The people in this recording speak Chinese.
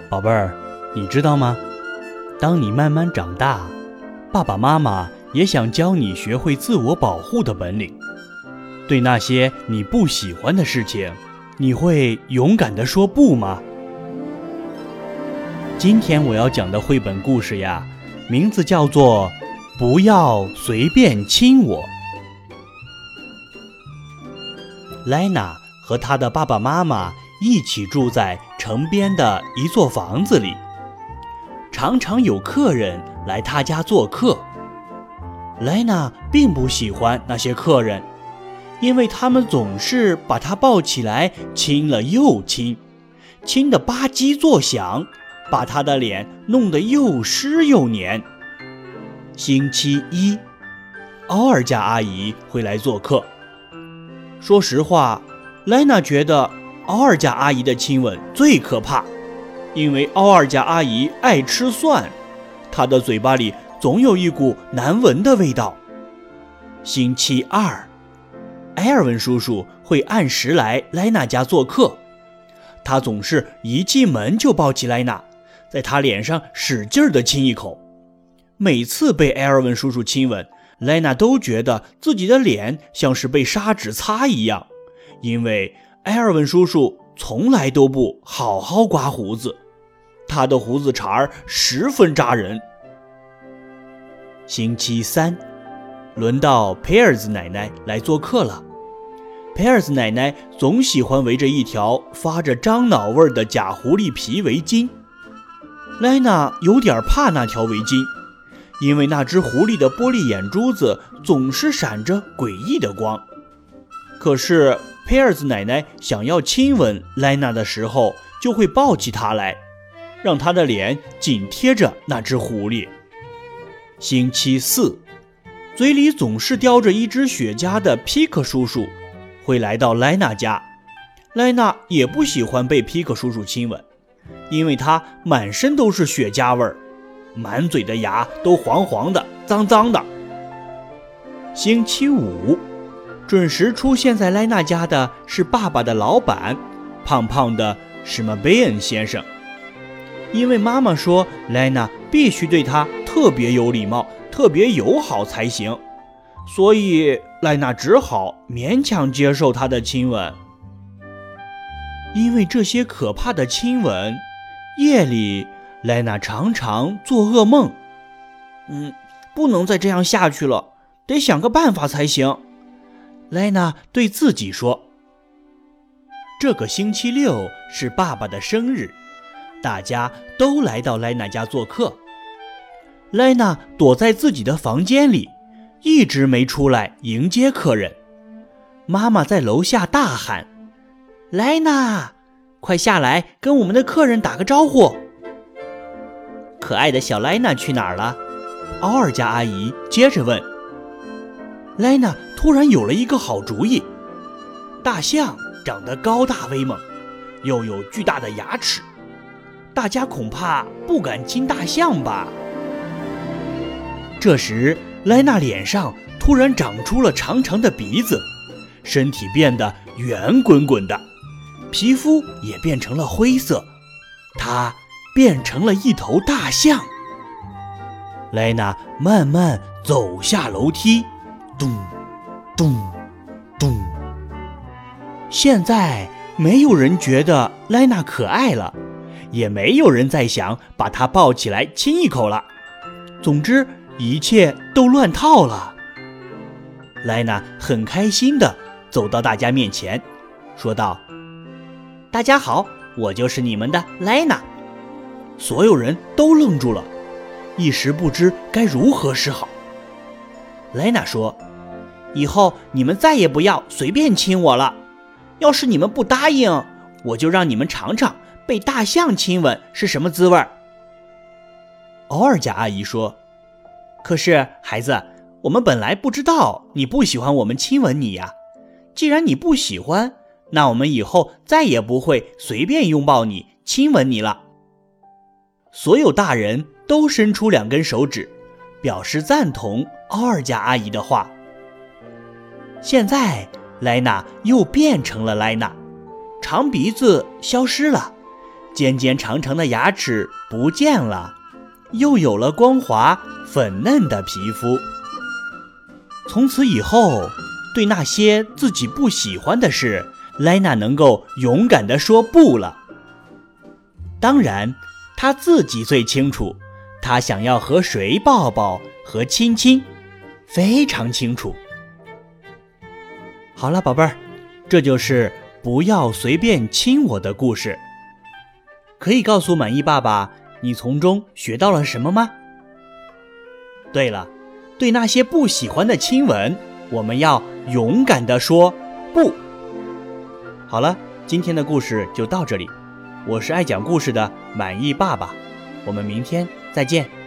宝贝儿，你知道吗？当你慢慢长大，爸爸妈妈也想教你学会自我保护的本领。对那些你不喜欢的事情，你会勇敢地说不吗？今天我要讲的绘本故事呀，名字叫做《不要随便亲我》。莱娜和她的爸爸妈妈一起住在城边的一座房子里，常常有客人来她家做客。莱娜并不喜欢那些客人，因为他们总是把她抱起来亲了又亲，亲得吧唧作响，把她的脸弄得又湿又黏。星期一，奥尔加阿姨会来做客。说实话，莱娜觉得奥尔加阿姨的亲吻最可怕，因为奥尔加阿姨爱吃蒜，她的嘴巴里总有一股难闻的味道。星期二，埃尔文叔叔会按时来莱娜家做客，他总是一进门就抱起莱娜，在她脸上使劲地亲一口。每次被埃尔文叔叔亲吻，莱娜都觉得自己的脸像是被砂纸擦一样，因为埃尔文叔叔从来都不好好刮胡子，他的胡子茬儿十分扎人。星期三，轮到佩尔兹奶奶来做客了。佩尔兹奶奶总喜欢围着一条发着樟脑味的假狐狸皮围巾。莱娜有点怕那条围巾，因为那只狐狸的玻璃眼珠子总是闪着诡异的光。可是佩尔兹奶奶想要亲吻莱娜的时候，就会抱起她来，让她的脸紧贴着那只狐狸。星期四，嘴里总是叼着一只雪茄的皮克叔叔会来到莱娜家。莱娜也不喜欢被皮克叔叔亲吻，因为他满身都是雪茄味儿，满嘴的牙都黄黄的脏脏的。星期五，准时出现在莱娜家的是爸爸的老板，胖胖的史马贝恩先生。因为妈妈说莱娜必须对他特别有礼貌，特别友好才行，所以莱娜只好勉强接受他的亲吻。因为这些可怕的亲吻，夜里莱娜常常做噩梦。不能再这样下去了，得想个办法才行。莱娜对自己说。这个星期六是爸爸的生日，大家都来到莱娜家做客。莱娜躲在自己的房间里，一直没出来迎接客人。妈妈在楼下大喊：莱娜，快下来跟我们的客人打个招呼。可爱的小莱娜去哪儿了？奥尔加阿姨接着问。莱娜突然有了一个好主意。大象长得高大威猛，又有巨大的牙齿，大家恐怕不敢亲大象吧。这时莱娜脸上突然长出了长长的鼻子，身体变得圆滚滚的，皮肤也变成了灰色，她变成了一头大象。莱娜慢慢走下楼梯，咚咚咚。现在没有人觉得莱娜可爱了，也没有人再想把她抱起来亲一口了。总之一切都乱套了。莱娜很开心地走到大家面前，说道：大家好，我就是你们的莱娜。所有人都愣住了，一时不知该如何是好。莱娜说：以后你们再也不要随便亲我了，要是你们不答应，我就让你们尝尝被大象亲吻是什么滋味。奥尔加阿姨说：可是孩子，我们本来不知道你不喜欢我们亲吻你呀。既然你不喜欢，那我们以后再也不会随便拥抱你亲吻你了。所有大人都伸出2根手指，表示赞同奥尔加阿姨的话。现在莱娜又变成了莱娜，长鼻子消失了， 尖尖长长的牙齿不见了，又有了光滑粉嫩的皮肤。从此以后，对那些自己不喜欢的事，莱娜能够勇敢地说不了。当然，她自己最清楚，她想要和谁抱抱和亲亲，非常清楚。好了，宝贝儿，这就是不要随便亲我的故事。可以告诉满意爸爸，你从中学到了什么吗？对了，对那些不喜欢的亲吻，我们要勇敢地说不。好了，今天的故事就到这里。我是爱讲故事的满意爸爸，我们明天再见。